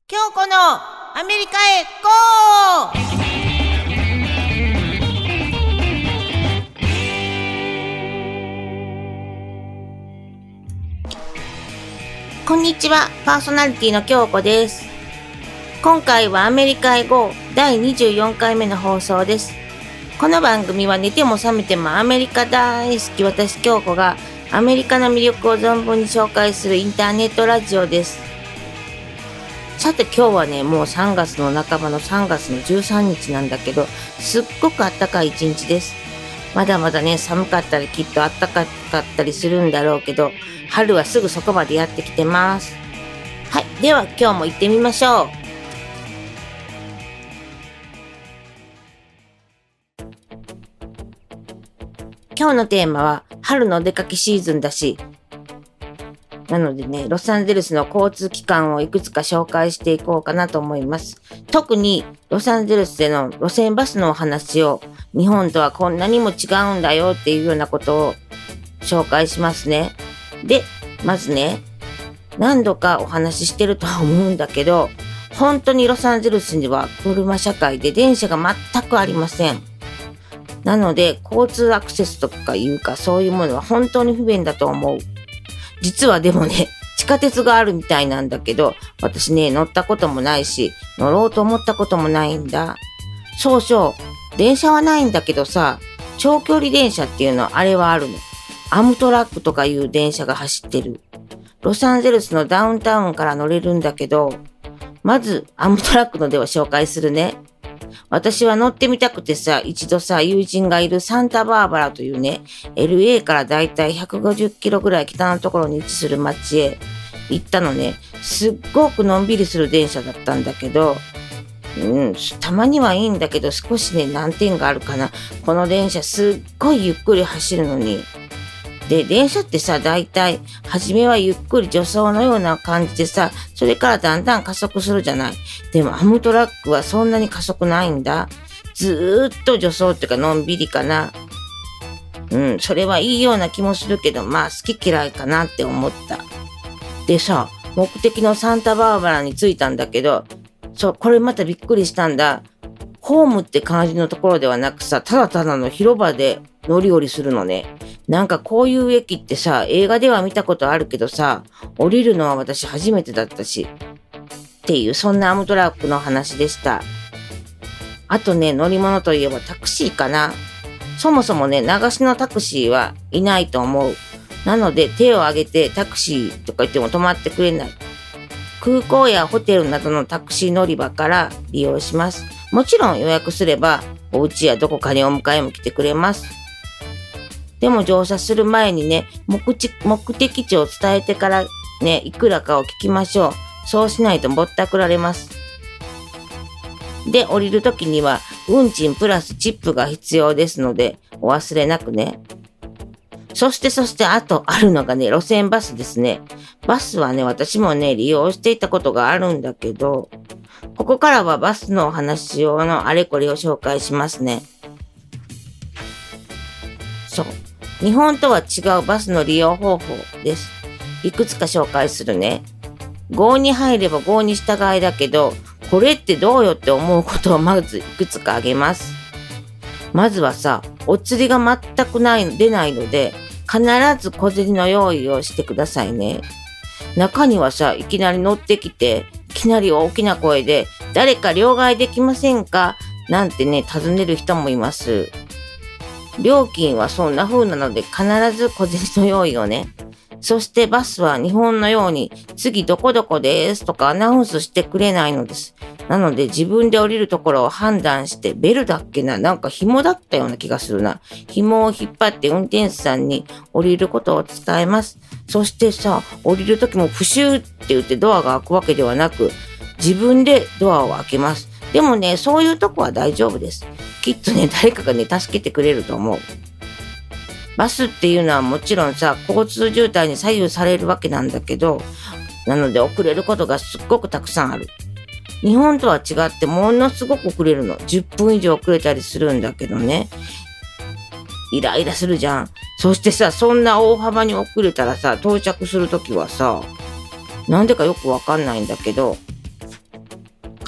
京子のアメリカへゴー。こんにちは、パーソナリティの京子です。今回はアメリカへゴー第24回目の放送です。この番組は寝ても覚めてもアメリカ大好き私京子がアメリカの魅力を存分に紹介するインターネットラジオです。さて今日はね、もう3月の半ばの3月の13日なんだけど、すっごく暖かい一日です。まだまだね、寒かったりきっと暖かかったりするんだろうけど、春はすぐそこまでやってきてます。はい、では今日も行ってみましょう。今日のテーマは春の出かけシーズンだし、なのでね、ロサンゼルスの交通機関をいくつか紹介していこうかなと思います。特にロサンゼルスでの路線バスのお話を、日本とはこんなにも違うんだよっていうようなことを紹介しますね。で、まずね、何度かお話ししてるとは思うんだけど、本当にロサンゼルスには車社会で電車が全くありません。なので、交通アクセスとかいうかそういうものは本当に不便だと思う。実はでもね、地下鉄があるみたいなんだけど、私ね、乗ったこともないし、乗ろうと思ったこともないんだ。そうそう、電車はないんだけどさ、長距離電車っていうのあれはあるの。アムトラックとかいう電車が走ってる。ロサンゼルスのダウンタウンから乗れるんだけど、まずアムトラックのでは紹介するね。私は乗ってみたくてさ、一度さ、友人がいるサンタバーバラというね、LA からだいたい150キロぐらい北のところに位置する町へ行ったのね。すっごくのんびりする電車だったんだけど、たまにはいいんだけど少しね、難点があるかな。この電車すっごいゆっくり走るのに。で、電車ってさ、だいたい初めはゆっくり助走のような感じでさ、それからだんだん加速するじゃない。でもアムトラックはそんなに加速ないんだ。ずーっと助走っていうかのんびりかな。それはいいような気もするけど、まあ好き嫌いかなって思った。でさ、目的のサンタバーバラに着いたんだけど、これまたびっくりしたんだ。ホームって感じのところではなくさ、ただただの広場で乗り降りするのね。なんかこういう駅ってさ、映画では見たことあるけどさ、降りるのは私初めてだったし。っていう、そんなアムトラックの話でした。あとね、乗り物といえばタクシーかな。そもそもね、流しのタクシーはいないと思う。なので手を挙げてタクシーとか言っても止まってくれない。空港やホテルなどのタクシー乗り場から利用します。もちろん予約すれば、お家やどこかにお迎えも来てくれます。でも乗車する前にね、目的地を伝えてからね、いくらかを聞きましょう。そうしないとぼったくられます。で、降りるときには、運賃プラスチップが必要ですので、お忘れなくね。そしてあとあるのがね、路線バスですね。バスはね、私もね、利用していたことがあるんだけど、ここからはバスのお話のあれこれを紹介しますね。そう。日本とは違うバスの利用方法です。いくつか紹介するね。郷に入れば郷に従いだけど、これってどうよって思うことをまずいくつか挙げます。まずはさ、お釣りが全く出ないので、必ず小銭の用意をしてくださいね。中にはさ、いきなり乗ってきて、いきなり大きな声で、誰か両替できませんかなんてね、尋ねる人もいます。料金はそんな風なので必ず小銭の用意をね。そしてバスは日本のように次どこどこですとかアナウンスしてくれないのです。なので自分で降りるところを判断してベルだっけな、なんか紐だったような気がするな。紐を引っ張って運転手さんに降りることを伝えます。そしてさ、降りるときもプシューって言ってドアが開くわけではなく、自分でドアを開けます。でもね、そういうとこは大丈夫です。きっとね、誰かがね、助けてくれると思う。バスっていうのはもちろんさ、交通渋滞に左右されるわけなんだけど、なので遅れることがすっごくたくさんある。日本とは違ってものすごく遅れるの。10分以上遅れたりするんだけどね。イライラするじゃん。そしてさ、そんな大幅に遅れたらさ、到着するときはさ、なんでかよくわかんないんだけど、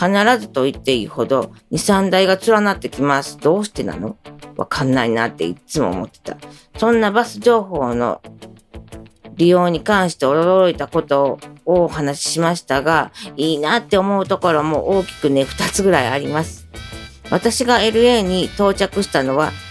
必ずと言っていいほど2、3台が連なってきます。どうしてなの？わかんないなっていつも思ってた。そんなバス情報の利用に関して驚いたことをお話ししましたが、いいなって思うところも大きくね、2つぐらいあります。私が LA に到着したのは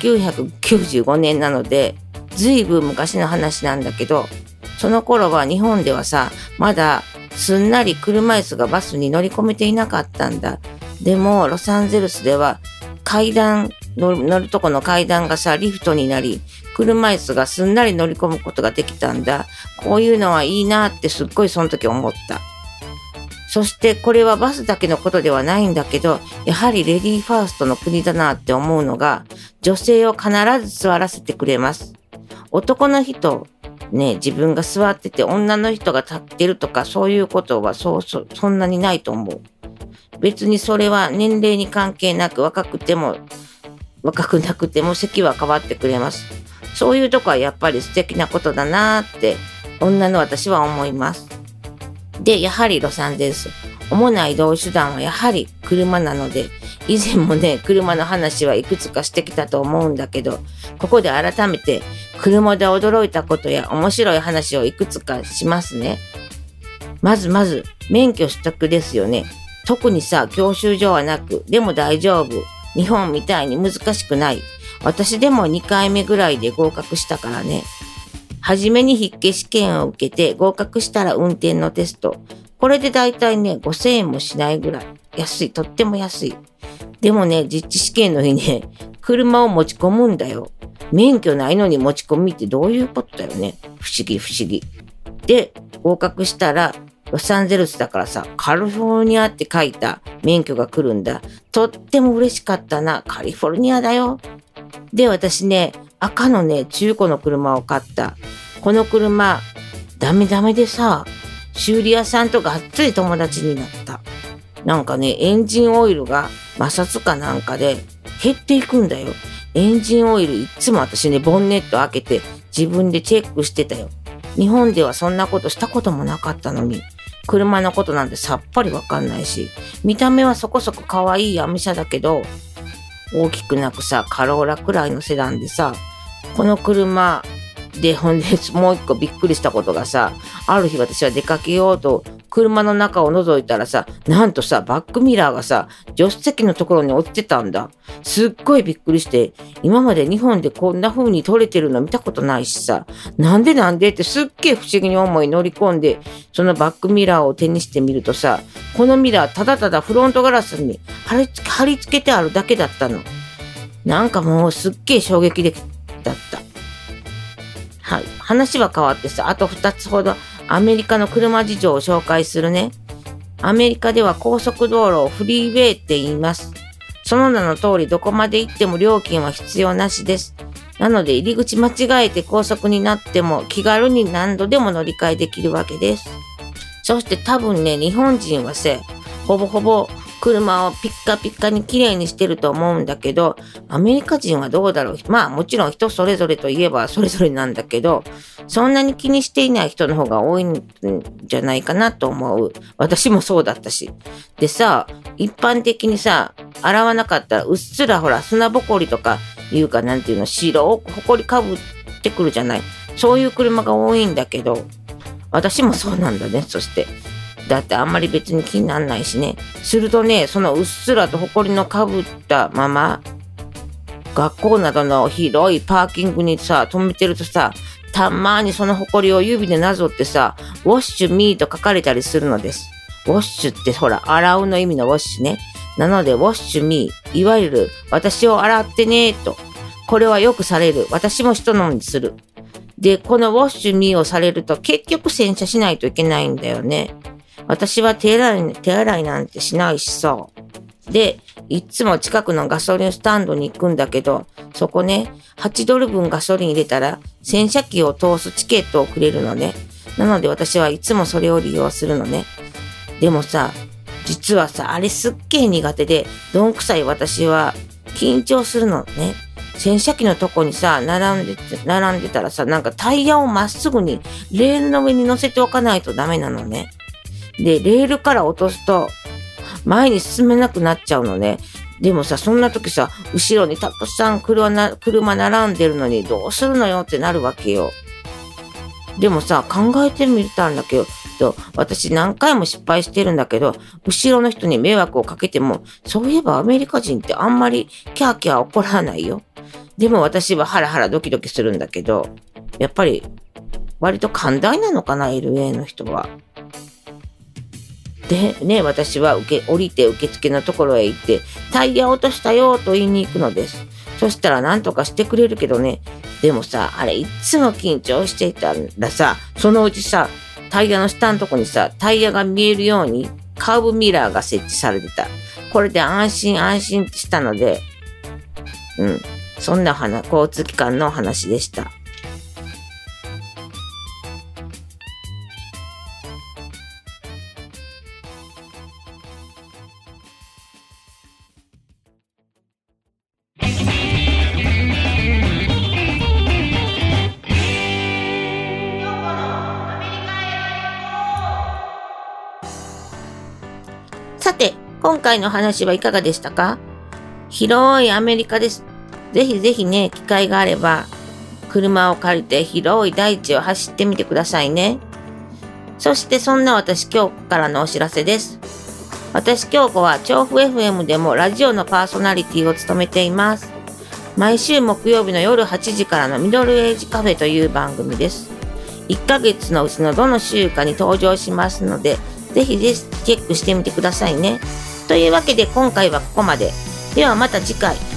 1995年なので、ずいぶん昔の話なんだけど、その頃は日本ではさ、まだすんなり車椅子がバスに乗り込めていなかったんだ。でもロサンゼルスでは階段乗るとこの階段がさ、リフトになり、車椅子がすんなり乗り込むことができたんだ。こういうのはいいなってすっごいその時思った。そしてこれはバスだけのことではないんだけど、やはりレディーファーストの国だなって思うのが、女性を必ず座らせてくれます。男の人、ね、自分が座ってて女の人が立ってるとかそういうことはそんなにないと思う。別にそれは年齢に関係なく若くなくても席は変わってくれます。そういうとこはやっぱり素敵なことだなーって女の私は思います。で、やはりロサンゼルス。主な移動手段はやはり車なので、以前もね、車の話はいくつかしてきたと思うんだけど、ここで改めて車で驚いたことや面白い話をいくつかしますね。まず、免許取得ですよね。特にさ、教習所はなく、でも大丈夫。日本みたいに難しくない。私でも2回目ぐらいで合格したからね。はじめに筆記試験を受けて合格したら運転のテスト。これでだいたいね、5000円もしないぐらい。安い、とっても安い。でもね、実地試験の日ね、車を持ち込むんだよ。免許ないのに持ち込みってどういうことだよね。不思議。で、合格したら、ロサンゼルスだからさ、カリフォルニアって書いた免許が来るんだ。とっても嬉しかったな。カリフォルニアだよ。で、私ね、赤のね、中古の車を買った。この車、ダメでさ、修理屋さんとがっつり友達になった。なんかね、エンジンオイルが摩擦かなんかで減っていくんだよ。エンジンオイルいつも私ね、ボンネット開けて自分でチェックしてたよ。日本ではそんなことしたこともなかったのに、車のことなんてさっぱりわかんないし、見た目はそこそこ可愛いアメ車だけど、大きくなくさ、カローラくらいのセダンでさ、この車で、ほんでもう一個びっくりしたことがさ、ある日私は出かけようと車の中を覗いたらさ、なんとさ、バックミラーがさ、助手席のところに落ちてたんだ。すっごいびっくりして、今まで日本でこんな風に撮れてるの見たことないしさ、なんでってすっげえ不思議に思い乗り込んで、そのバックミラーを手にしてみるとさ、このミラーただただフロントガラスに貼り付けてあるだけだったの。なんかもうすっげえ衝撃的だった。はい。話は変わってさ、あと2つほどアメリカの車事情を紹介するね。アメリカでは高速道路をフリーウェイって言います。その名の通りどこまで行っても料金は必要なしです。なので入り口間違えて高速になっても気軽に何度でも乗り換えできるわけです。そして多分ね、日本人はほぼ車をピッカピカに綺麗にしてると思うんだけど、アメリカ人はどうだろう。まあもちろん人それぞれといえばそれぞれなんだけど、そんなに気にしていない人の方が多いんじゃないかなと思う。私もそうだったし。でさ、一般的にさ、洗わなかったらうっすらほら砂ぼこりとかいうかなんていうの、白くほこりかぶってくるじゃない。そういう車が多いんだけど、私もそうなんだね。そしてだってあんまり別に気になんないしね。するとね、そのうっすらと埃のかぶったまま、学校などの広いパーキングにさ、止めてるとさ、たまにその埃を指でなぞってさ、ウォッシュミーと書かれたりするのです。ウォッシュってほら、洗うの意味のウォッシュね。なので、ウォッシュミー、いわゆる、私を洗ってねと。これはよくされる。私も人のにする。で、このウォッシュミーをされると結局洗車しないといけないんだよね。私は手洗いなんてしないしさ。で、いつも近くのガソリンスタンドに行くんだけど、そこね、8ドル分ガソリン入れたら、洗車機を通すチケットをくれるのね。なので私はいつもそれを利用するのね。でもさ、実はさ、あれすっげー苦手で、どんくさい私は緊張するのね。洗車機のとこにさ、並んでたらさ、なんかタイヤをまっすぐにレールの上に乗せておかないとダメなのね。で、レールから落とすと、 前に進めなくなっちゃうのね。でもさ、そんな時さ、後ろにたくさん車並んでるのにどうするのよってなるわけよ。でもさ、考えてみたんだけど、私何回も失敗してるんだけど、後ろの人に迷惑をかけても、そういえばアメリカ人ってあんまりキャーキャー怒らないよ。でも私はハラハラドキドキするんだけど、やっぱり割と寛大なのかな、LA の人は。でね、私は降りて受付のところへ行って、タイヤ落としたよと言いに行くのです。そしたら何とかしてくれるけどね。でもさ、あれいつも緊張していたんださ、そのうちさ、タイヤの下のとこにさ、タイヤが見えるようにカーブミラーが設置されてた。これで安心したので、そんな交通機関の話でした。さて、今回の話はいかがでしたか？広いアメリカです。ぜひぜひね、機会があれば、車を借りて広い大地を走ってみてくださいね。そしてそんな私京子からのお知らせです。私京子は調布 FM でもラジオのパーソナリティを務めています。毎週木曜日の夜8時からのミドルエイジカフェという番組です。1ヶ月のうちのどの週かに登場しますので、ぜひチェックしてみてくださいね。というわけで今回はここまで。ではまた次回。